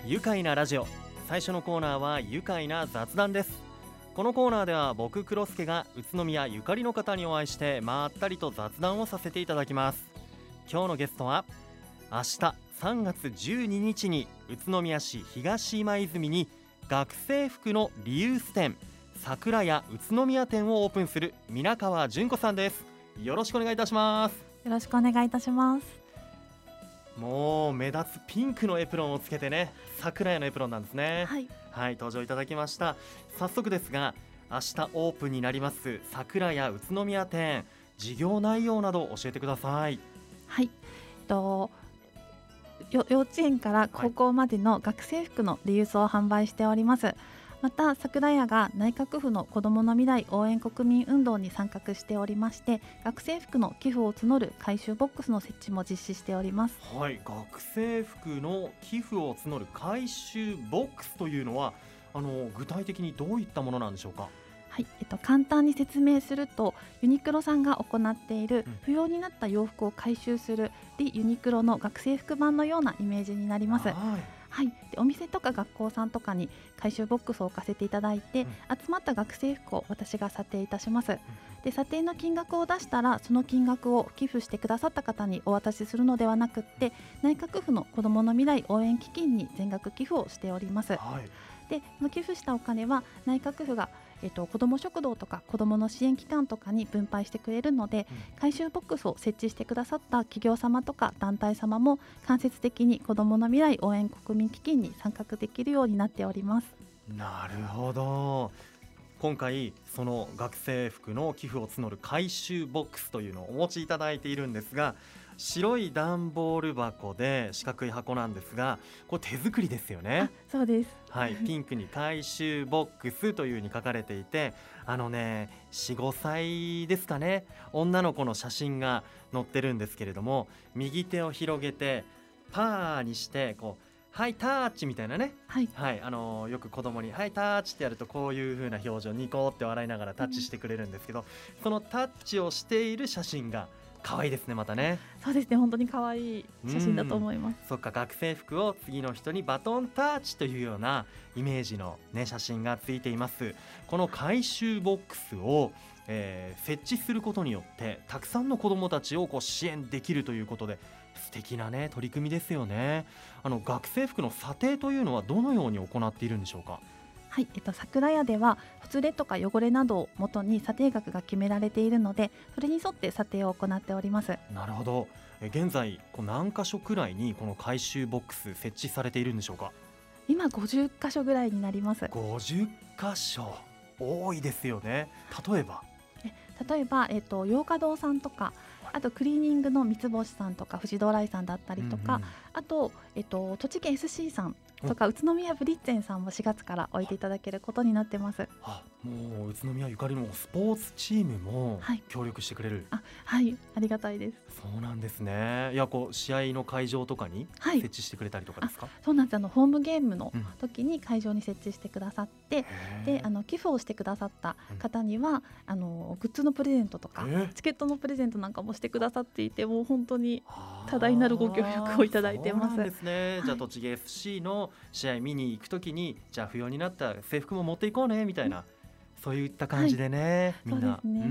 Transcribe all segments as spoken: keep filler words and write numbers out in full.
愉快なラジオ。最初のコーナーは愉快な雑談です。このコーナーでは僕黒助が宇都宮ゆかりの方にお会いしてまったりと雑談をさせていただきます。今日のゲストは明日さんがつじゅうににちに宇都宮市東今泉に学生服のリユース店桜屋宇都宮店をオープンする皆川純子さんです。よろしくお願いいたします。 よろしくお願いいたします。 もう目立つピンクのエプロンをつけてね、桜屋のエプロンなんですね。 はい、 はい、登場いただきました。早速ですが明日オープンになります桜屋宇都宮店、事業内容など教えてください。 はい、えっとよ幼稚園から高校までの学生服のリユースを販売しております。また桜屋が内閣府の子どもの未来応援国民運動に参画しておりまして、学生服の寄付を募る回収ボックスの設置も実施しております。 はい、学生服の寄付を募る回収ボックスというのはあの具体的にどういったものなんでしょうか。 はい、えっと、簡単に説明すると、ユニクロさんが行っている不要になった洋服を回収するリユニクロの学生服版のようなイメージになります。 はいはい、でお店とか学校さんとかに回収ボックスを置かせていただいて、うん、集まった学生服を私が査定いたします。うん、で査定の金額を出したらその金額を寄付してくださった方にお渡しするのではなくって、内閣府の子どもの未来応援基金に全額寄付をしております。 はい、 でその寄付したお金は内閣府がえっと、子ども食堂とか子どもの支援機関とかに分配してくれるので、うん、回収ボックスを設置してくださった企業様とか団体様も間接的に子どもの未来応援国民基金に参画できるようになっております。 なるほど。今回その学生服の寄付を募る回収ボックスというのをお持ちいただいているんですが、白い段ボール箱で四角い箱なんですが、これ手作りですよね。 あ、そうです。 はい、ピンクに回収ボックスという風に書かれていて、あのね よん、ごさいですかね、女の子の写真が載ってるんですけれども、右手を広げてパーにしてこうはいタッチみたいなね、 はいはい、あのー、よく子供にはいタッチってやるとこういう風な表情、ニコって笑いながらタッチしてくれるんですけど、うん、そのタッチをしている写真が可愛いですね。またね。 そうですね、本当に可愛い写真だと思います。 そっか、学生服を次の人にバトンタッチというようなイメージの、ね、写真がついています。この回収ボックスを、えー、設置することによってたくさんの子どもたちをこう支援できるということで素敵な、ね、取り組みですよね。あの学生服の査定というのはどのように行っているんでしょうか。 はい、えっと、桜屋ではほつれとか汚れなどをもとに査定額が決められているので、それに沿って査定を行っております。 なるほど。え現在こう何箇所くらいにこの回収ボックス設置されているんでしょうか。 今ごじゅっかしょぐらいになります。 ごじゅっかしょ、多いですよね。例えばえ例えば、えっと、洋華堂さんとか、あとクリーニングの三つ星さんとか富士ドライさんだったりとか、うんうん、あと、えっと、栃木 エスシー さんとか宇都宮ブリッツェンさんもしがつから置いていただけることになってます。 あ、もう宇都宮ゆかりのスポーツチームも協力してくれる、 はい、あ、はい、ありがたいです。 そうなんですね。いや、こう試合の会場とかに設置してくれたりとかですか。はい、 そうなんです。あのホームゲームの時に会場に設置してくださって、うん、であの寄付をしてくださった方には、うん、あのグッズのプレゼントとかチケットのプレゼントなんかもしてくださっていて、もう本当に多大なるご協力をいただいてます。 そうなんですね。はい、じゃあ栃木 エフシー の試合見に行くときに、じゃあ不要になった制服も持っていこうねみたいな、うん、そういった感じでね、はい、みんな、 そうですね、 うん、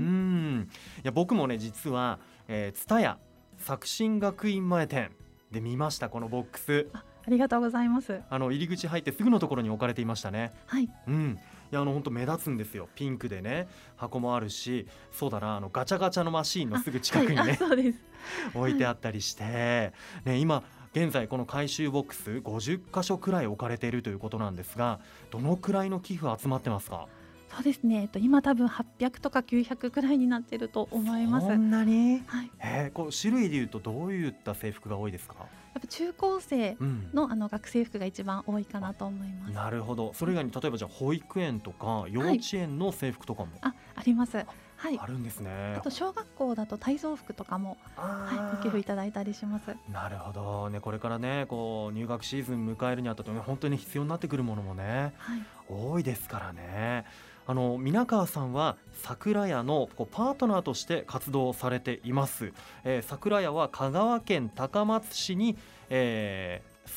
いや僕もね実は蔦屋作新学院前店で見ました、このボックス。 あ, ありがとうございます。 あの入り口入ってすぐのところに置かれていましたね。 はい、 うん、いやあの本当目立つんですよ。ピンクでね箱もあるし、そうだな、あのガチャガチャのマシーンのすぐ近くにね、 はい、そうです置いてあったりして、はい、ね、今現在この回収ボックスごじゅっかしょくらい置かれているということなんですが、どのくらいの寄付集まってますか。 そうですね、えっと、今多分はっぴゃくとかきゅうひゃくくらいになっていると思います。 そんなに、 はい、 えー、こう種類でいうとどういった制服が多いですか。 やっぱ中高生 の,、 うん、 あの学生服が一番多いかなと思います。 なるほど。それ以外に例えばじゃあ保育園とか幼稚園の制服とかも、 はい、あ, あります。はい、 あるんですね。 あと小学校だと体操服とかも、はい、ご寄付いただいたりします。 なるほど、ね、これからねこう入学シーズン迎えるにあたって本当に必要になってくるものもね、 はい、 多いですからね。あの皆川さんは桜屋のこうパートナーとして活動されています。えー、桜屋は香川県高松市に、えー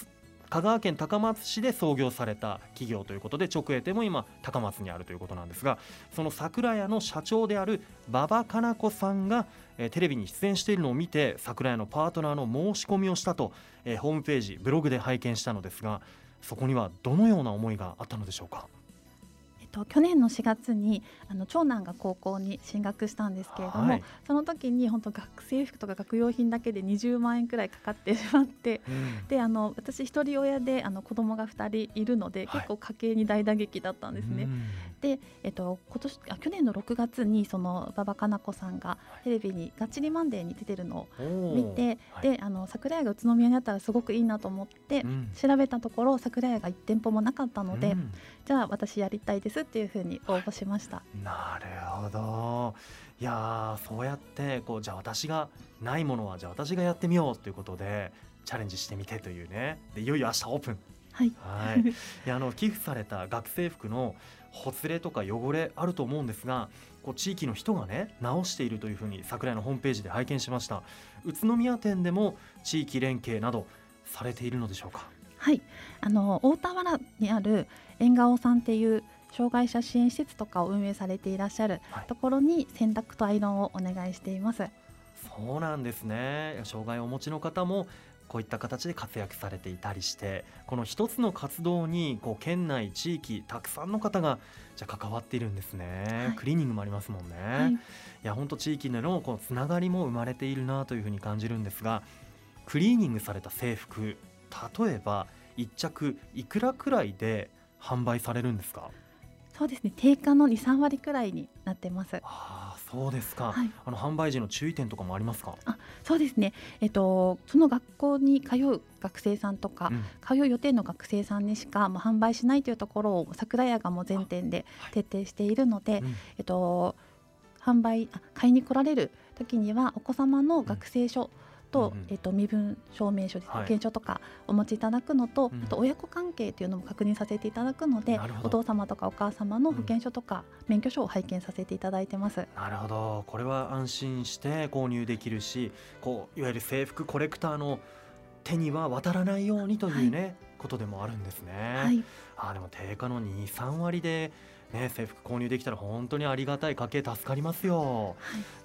香川県高松市で創業された企業ということで、直営店も今高松にあるということなんですが、その桜屋の社長である馬場かな子さんが、えー、テレビに出演しているのを見て、桜屋のパートナーの申し込みをしたと、えー、ホームページブログで拝見したのですが、そこにはどのような思いがあったのでしょうか。 去年のしがつにあの長男が高校に進学したんですけれども、はい、その時に本当学生服とか学用品だけでにじゅうまんえんくらいかかってしまって、うん、であの私一人親であの子供がふたりいるので、はい、結構家計に大打撃だったんですね、うん、で、えっと、今年あ去年のろくがつにその馬場かな子さんがテレビにがっちりマンデーに出てるのを見て、はい、であの桜屋が宇都宮にあったらすごくいいなと思って、うん、調べたところ桜屋がいち店舗もなかったので、うん、じゃあ私やりたいですっていうふうに応募しました。 なるほど。いやそうやってこうじゃあ私がないものはじゃあ私がやってみようということでチャレンジしてみてというね。でいよいよ明日オープン。 はい、 はい、いやあの寄付された学生服のほつれとか汚れあると思うんですが、こう地域の人がね直しているというふうに桜屋のホームページで拝見しました。宇都宮店でも地域連携などされているのでしょうか。 はい、あの大田原にある縁側さんっていう障害者支援施設とかを運営されていらっしゃるところに洗濯とアイロンをお願いしています。はい、 そうなんですね。障害をお持ちの方もこういった形で活躍されていたりして、この一つの活動にこう県内地域たくさんの方がじゃ関わっているんですね。はい、クリーニングもありますもんね。はい、いや本当地域でのこうつながりも生まれているなというふうに感じるんですが、クリーニングされた制服、例えばいっ着いくらくらいで販売されるんですか。 そうですね、定価の にさんわりくらいになってます。 あそうですか。 はい、 あの販売時の注意点とかもありますか。 あそうですね、えっと、その学校に通う学生さんとか、うん、通う予定の学生さんにしかもう販売しないというところを桜屋がもう全店で徹底しているので、はい、えっと、販売あ買いに来られる時にはお子様の学生証、うんとえー、と身分証明書です、保険証とかお持ちいただくのと、はい、あと親子関係というのも確認させていただくので、お父様とかお母様の保険証とか免許証を拝見させていただいてます。うん、 なるほど。これは安心して購入できるし、こういわゆる制服コレクターの手には渡らないようにというね、はい、ことでもあるんですね。はい、あでも定価の にさんわりでね、制服購入できたら本当にありがたい、家計助かりますよ。はい、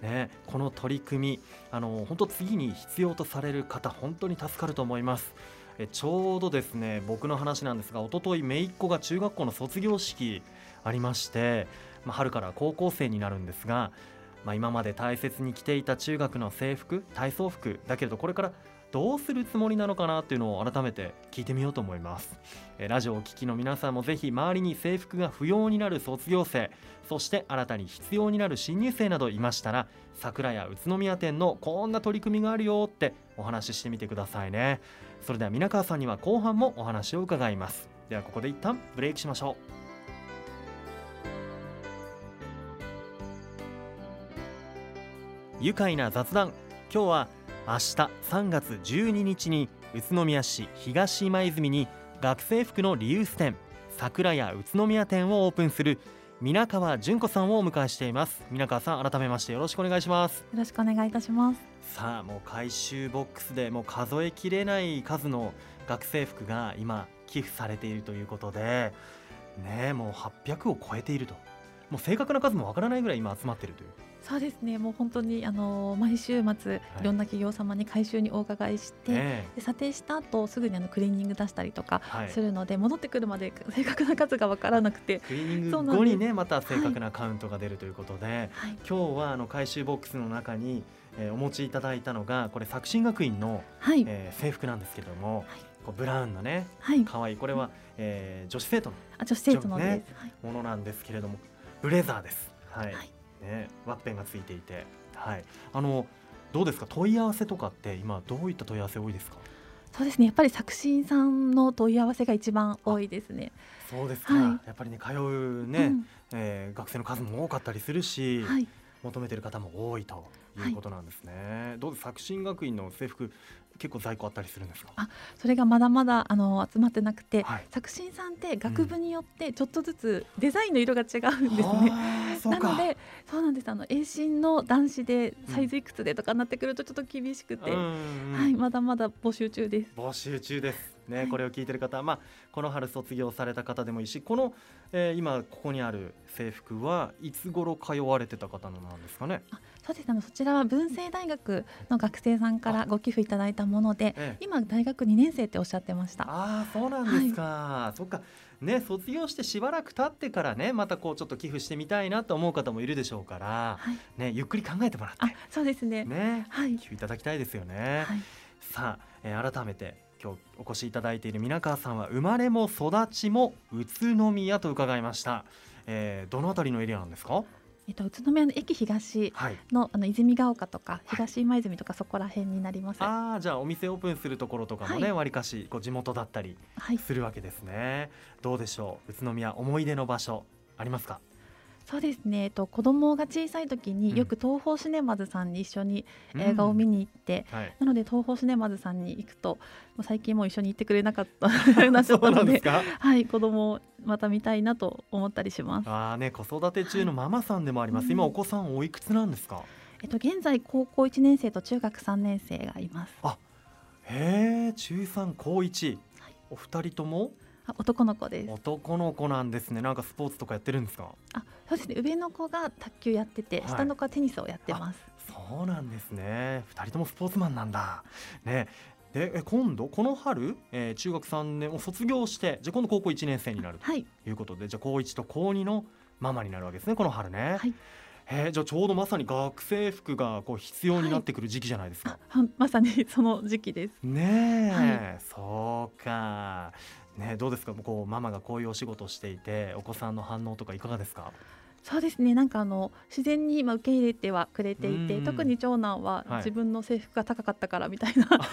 ね、この取り組みあの本当次に必要とされる方本当に助かると思います。えちょうどですね僕の話なんですが、一昨日姪っ子が中学校の卒業式ありまして、まあ、春から高校生になるんですが、まあ、今まで大切に着ていた中学の制服体操服だけれどこれからどうするつもりなのかなっていうのを改めて聞いてみようと思います。えラジオをお聞きの皆さんもぜひ周りに制服が不要になる卒業生、そして新たに必要になる新入生などいましたら、桜屋宇都宮店のこんな取り組みがあるよってお話ししてみてくださいね。それでは皆川さんには後半もお話を伺います。ではここで一旦ブレイクしましょう。愉快な雑談、今日は明日さんがつじゅうににちに宇都宮市東今泉に学生服のリユース店桜屋宇都宮店をオープンする皆川純子さんをお迎えしています。皆川さん、改めましてよろしくお願いします。 よろしくお願いいたします。 さあもう回収ボックスでもう数えきれない数の学生服が今寄付されているということでね、もうはっぴゃくを超えていると、もう正確な数もわからないぐらい今集まっているという。 そうですね、もう本当にあの毎週末いろんな企業様に回収にお伺いして、はい、で査定した後すぐにあのクリーニング出したりとかするので、はい、戻ってくるまで正確な数が分からなくて、 クリーニング後にねまた正確なカウントが出るということで、はい、今日はあの回収ボックスの中に、えー、お持ちいただいたのがこれ作新学院の、はいえー、制服なんですけれども、はい、こうブラウンのね、はい、かわいいこれは、えー、女子生徒のあ女子生徒のです、ねはい、ものなんですけれどもブレザーです。はい、はいね、ワッペンがついていて、はい、あのどうですか、問い合わせとかって今どういった問い合わせ多いですか。 そうですね、やっぱり作新さんの問い合わせが一番多いですね。 そうですか、はい、やっぱりね通うね、うんえー、学生の数も多かったりするし、はい、求めている方も多いということなんですね。はい、どうです作新学院の制服結構在庫あったりするんですか？ あ、それがまだまだあの集まってなくて、 はい、 作新さんって学部によってちょっとずつデザインの色が違うんですね。なのでそうなんです。あの栄新の男子でサイズいくつでとかなってくるとちょっと厳しくて、 うんうんうん、 はい、まだまだ募集中です。 募集中ですね、はい、これを聞いてる方、まあ、この春卒業された方でもいいし、この、えー、今ここにある制服はいつ頃通われてた方のなんですかね？ あ、そうです。あのそちらは文政大学の学生さんからご寄付いただいたもので、ええ、今大学にねん生っておっしゃってました。 あ、そうなんですか、はい、そっかね、卒業してしばらく経ってからね、またこうちょっと寄付してみたいなと思う方もいるでしょうから、はい、ね、ゆっくり考えてもらって、 あ、そうですね、 ね、 はい、 寄付いただきたいですよね、はい、さあ、えー、改めて今日お越しいただいている皆川さんは生まれも育ちも宇都宮と伺いました、えー、どのあたりのエリアなんですか？ えっと、宇都宮の駅東 の,、はい、あの泉ヶ丘とか東今泉とかそこら辺になります。 ああ、じゃあお店オープンするところとかもね、わり、はい、かしこう地元だったりするわけですね、はい、どうでしょう、宇都宮思い出の場所ありますか？ そうですね、えっと、子供が小さい時によく東宝シネマズさんに一緒に映画を見に行って、うん、はい、なので東宝シネマズさんに行くともう最近もう一緒に行ってくれなかったなっちゃったので、はい、子供をまた見たいなと思ったりします。 あ、ね、子育て中のママさんでもあります、はい、今お子さんおいくつなんですか？ えっと、現在高校いちねん生と中学さんねん生がいます。 あ、へー、中さん高いち、はい、お二人とも男の子です。 男の子なんですね。なんかスポーツとかやってるんですか？ あ、そうですね、上の子が卓球やってて、はい、下の子はテニスをやってます。 そうなんですね。ふたりともスポーツマンなんだ、ね、でえ今度この春、えー、中学さんねんを卒業して、じゃ今度高校いちねん生になるということで、はい、じゃ高いちと高にのママになるわけですね、この春ね、はい、えー、じゃあちょうどまさに学生服がこう必要になってくる時期じゃないですか？ はい、まさにその時期ですねえ、はい、そうかね、どうですか、こうママがこういうお仕事をしていてお子さんの反応とかいかがですか？ そうですね、なんかあの自然に今受け入れてはくれていて、特に長男は自分の制服が高かったからみたいな、はい、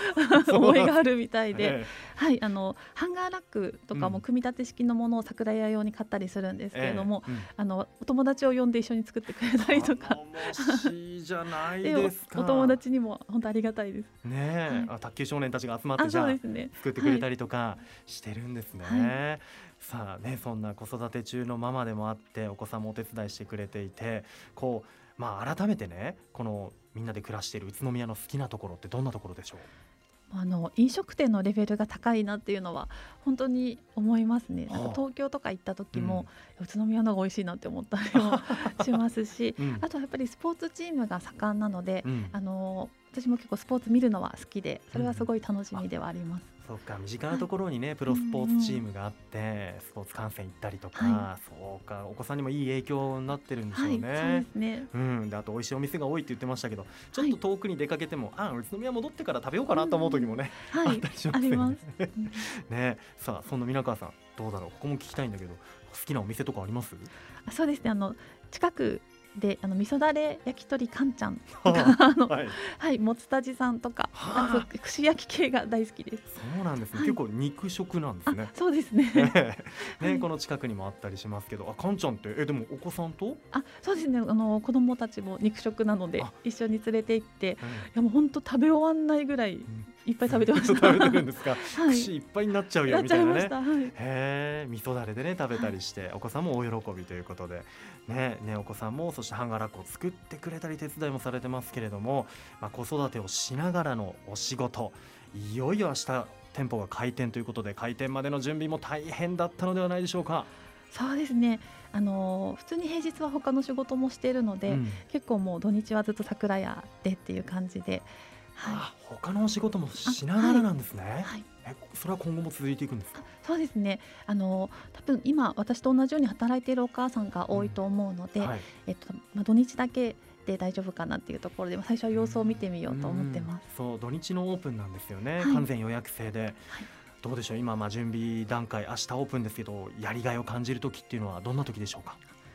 思いがあるみたいで、えーはい、あのハンガーラックとかも組み立て式のものを桜屋用に買ったりするんですけれども、えーうん、あのお友達を呼んで一緒に作ってくれたりとか、 楽しいじゃないですか。 お友達にも本当ありがたいですね、はい、あ、卓球少年たちが集まってじゃあ、ね、作ってくれたりとかしてるんですね、はい、さあね、そんな子育て中のママでもあってお子さんもお手伝いしてくれていて、こう、まあ、改めてね、このみんなで暮らしている宇都宮の好きなところってどんなところでしょう？ あの飲食店のレベルが高いなっていうのは本当に思いますね。なんか東京とか行った時も、うん、宇都宮の方が美味しいなって思ったりもしますし、うん、あとはやっぱりスポーツチームが盛んなので、うん、あの私も結構スポーツ見るのは好きで、それはすごい楽しみではあります、 うん、そうか、身近なところにね、はい、プロスポーツチームがあって、うんうん、スポーツ観戦行ったりとか、はい、そうか、お子さんにもいい影響になってるんでしょうね、はい、そうですね、うん、であと美味しいお店が多いって言ってましたけど、ちょっと遠くに出かけても、はい、あ、宇都宮戻ってから食べようかなと思う時もね、うん、あったりしますよね、はい、ね、さあそんな皆川さんどうだろう、ここも聞きたいんだけど、好きなお店とかあります？ あ、そうですね、あの近くであの味噌だれ焼き鳥かんちゃんとかあの、はいはい、もつたじさんとか、あ、串焼き系が大好きです。 そうなんですね、はい、結構肉食なんですね。 そうですねね、はい、この近くにもあったりしますけど、あ、かんちゃんってえでもお子さんと？ あ、そうですね、あの子供たちも肉食なので一緒に連れて行って、うん、いやもう本当食べ終わんないぐらいいっぱい食べてました。 食べてるんですか？はい、串いっぱいになっちゃうよみたいなね。 なっちゃいました、はい、 へー、味噌だれでね食べたりして、はい、お子さんも大喜びということで、ねね、お子さんもそしてハンガーラックを作ってくれたり手伝いもされてますけれども、まあ、子育てをしながらのお仕事、いよいよ明日店舗が開店ということで、開店までの準備も大変だったのではないでしょうか？ そうですね、あのー、普通に平日は他の仕事もしているので、うん、結構もう土日はずっと桜屋でっていう感じで、 はい、あ、他のお仕事もしながらなんですね、はいはい、えそれは今後も続いていくんですか？ そうですね、あの多分今私と同じように働いているお母さんが多いと思うので、うん、はい、えっとまあ、土日だけで大丈夫かなっていうところで最初は様子を見てみようと思ってます。 そう、土日のオープンなんですよね、はい、完全予約制で、はい、どうでしょう、今まあ準備段階、明日オープンですけどやりがいを感じる時っていうのはどんな時でしょうか？ えっ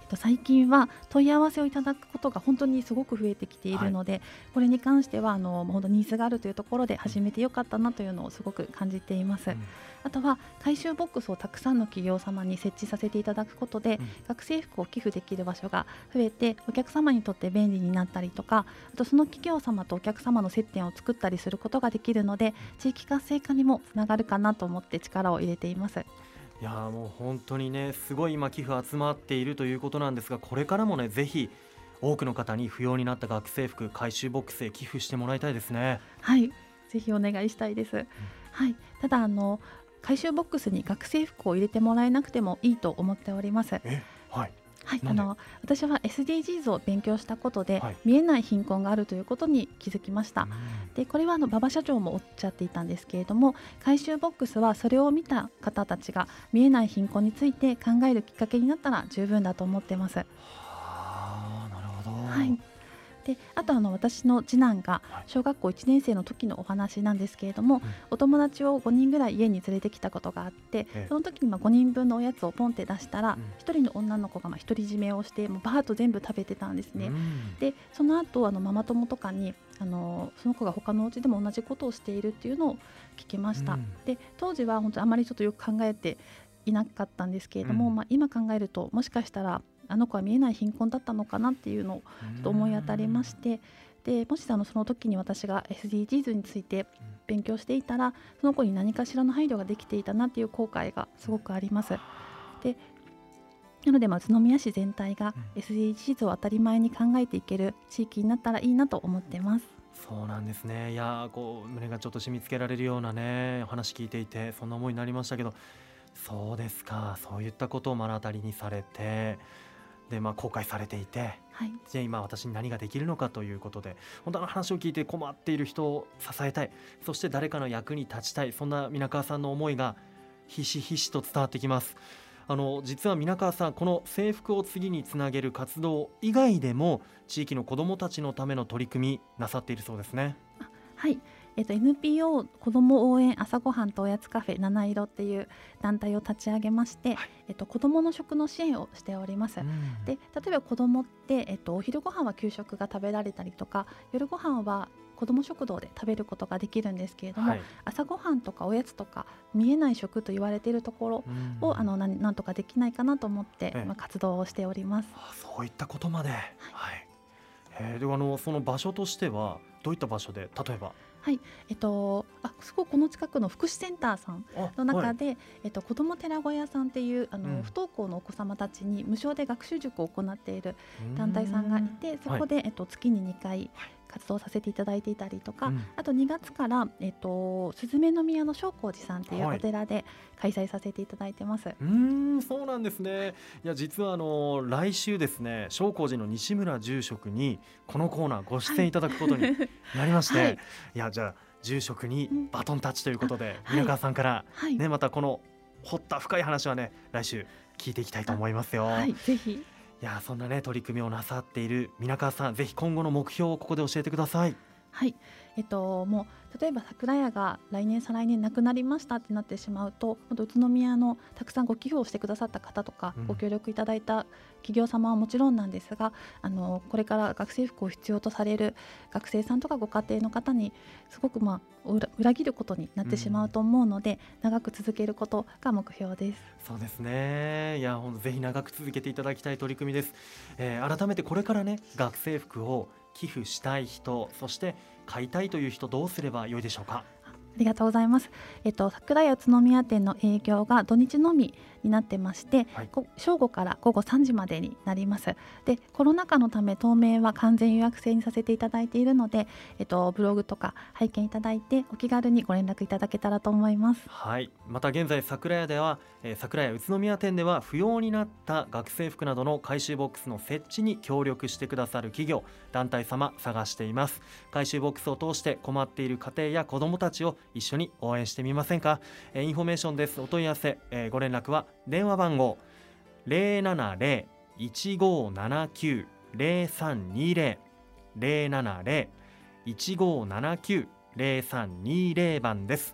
と最近は問い合わせをいただくことが本当にすごく増えてきているので、はい、これに関してはあの本当にニーズがあるというところで始めてよかったなというのをすごく感じています、うん、あとは回収ボックスをたくさんの企業様に設置させていただくことで、うん、学生服を寄付できる場所が増えてお客様にとって便利になったりとか、あとその企業様とお客様の接点を作ったりすることができるので、地域活性化にもつながるかなと思って力を入れています。 いやもう本当にね、すごい今寄付集まっているということなんですが、これからもねぜひ多くの方に不要になった学生服回収ボックスへ寄付してもらいたいですね。 はい、ぜひお願いしたいです、うん、はい、ただあの回収ボックスに学生服を入れてもらえなくてもいいと思っております。 え、はいはい、あの私は エスディージーズ を勉強したことで、 はい、 見えない貧困があるということに気づきました。でこれはあの馬場社長もおっしゃっていたんですけれども、回収ボックスはそれを見た方たちが見えない貧困について考えるきっかけになったら十分だと思っています。はあ、なるほど。 はい、であとあの私の次男が小学校いちねん生の時のお話なんですけれども、はい、お友達をごにんぐらい家に連れてきたことがあって、うん、その時にまあごにんぶんのおやつをポンって出したら、うん、ひとりの女の子がまあ独り占めをしてもうバーッと全部食べてたんですね、うん、でその後あのママ友とかにあのその子が他のお家でも同じことをしているっていうのを聞きました、うん、で当時は本当にあまりちょっとよく考えていなかったんですけれども、うん、まあ、今考えるともしかしたらあの子は見えない貧困だったのかなっていうのをちょっと思い当たりまして、でもしあのその時に私が エスディージーズ について勉強していたら、その子に何かしらの配慮ができていたなっていう後悔がすごくあります。でなので、まあ、宇都宮市全体が エスディージーズ を当たり前に考えていける地域になったらいいなと思ってます。 そうなんですね。いやこう胸がちょっと締め付けられるようなねお話聞いていて、そんな思いになりましたけど、そうですか、そういったことを目の当たりにされて、でまあ、後悔されていて、 はい、 じゃあ今私に何ができるのかということで、本当の話を聞いて困っている人を支えたい、そして誰かの役に立ちたい、そんな皆川さんの思いがひしひしと伝わってきます。あの実は皆川さん、この制服を次につなげる活動以外でも地域の子どもたちのための取り組みなさっているそうですね。 あ、はい、えっと、エヌピーオー 子ども応援朝ごはんとおやつカフェ七色っていう団体を立ち上げまして、はい、えっと、子どもの食の支援をしております。で例えば子どもって、えっと、お昼ご飯は給食が食べられたりとか、夜ご飯は子ども食堂で食べることができるんですけれども、はい、朝ごはんとかおやつとか見えない食と言われているところをあの な, なんとかできないかなと思って、まあ、活動をしております。 あ、そういったことまで、はいはい、えー、であのその場所としてはどういった場所で、例えばはい、えっと、あすごいこの近くの福祉センターさんの中で、はい、えっと、子ども寺小屋さんっていうあの、うん、不登校のお子様たちに無償で学習塾を行っている団体さんがいて、そこで、はい、えっと、月ににかい活動させていただいていたりとか、うん、あとにがつから、えっと、鈴目宮の正光寺さんっていうお寺で開催させていただいてます。はい、 うーん、そうなんですね。いや実はあの来週ですね、正光寺の西村住職にこのコーナーご出演いただくことになりまして、はい、いやじゃあ住職にバトンタッチということで、うん、皆川さんから、はい、ね、またこの掘った深い話はね来週聞いていきたいと思いますよ。 はい、ぜひ。 いやそんなね取り組みをなさっている皆川さん、ぜひ今後の目標をここで教えてください。 はい、えっと、もう例えば桜屋が来年再来年なくなりましたってなってしまうと、宇都宮のたくさんご寄付をしてくださった方とか、うん、ご協力いただいた企業様はもちろんなんですが、あのこれから学生服を必要とされる学生さんとかご家庭の方にすごく、まあ、裏, 裏切ることになってしまうと思うので、うん、長く続けることが目標です。 そうですね。いやほんとぜひ長く続けていただきたい取り組みです。えー、改めてこれからね学生服を寄付したい人、そして買いたいという人、どうすればよいでしょうか。 ありがとうございます。えっと、桜屋宇都宮店の営業が土日のみになってまして、はい、正午から午後さんじまでになります。で、コロナ禍のため当面は完全予約制にさせていただいているので、えっと、ブログとか拝見いただいてお気軽にご連絡いただけたらと思います。 はい、また現在桜屋では、えー、桜屋宇都宮店では不要になった学生服などの回収ボックスの設置に協力してくださる企業団体様探しています。回収ボックスを通して困っている家庭や子どもたちを一緒に応援してみませんか。えー、インフォメーションです。お問い合わせ、えー、ご連絡は電話番号 ゼロななゼロ いちごななきゅう ゼロさんにゼロ ゼロななゼロ いちごななきゅう ゼロさんにゼロ番です。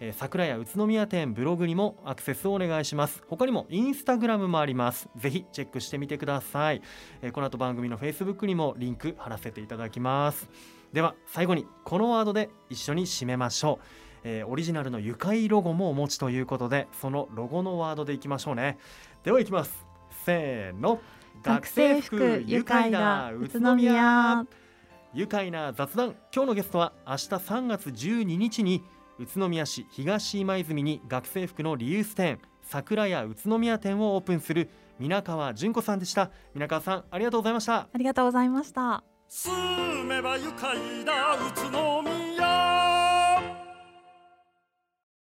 えー、桜屋宇都宮店ブログにもアクセスをお願いします。他にもインスタグラムもあります。ぜひチェックしてみてください。えー、この後番組の Facebook にもリンク貼らせていただきます。では最後にこのワードで一緒に締めましょう。えー、オリジナルの愉快ロゴもお持ちということで、そのロゴのワードでいきましょうね。ではいきます。せーの。 学生服愉快だ宇都宮。 愉快な雑談。今日のゲストは明日さんがつじゅうににちに宇都宮市東今泉に学生服のリユース店桜屋宇都宮店をオープンする皆川純子さんでした。皆川さん、ありがとうございました。 ありがとうございました。 住めば愉快だ宇都宮。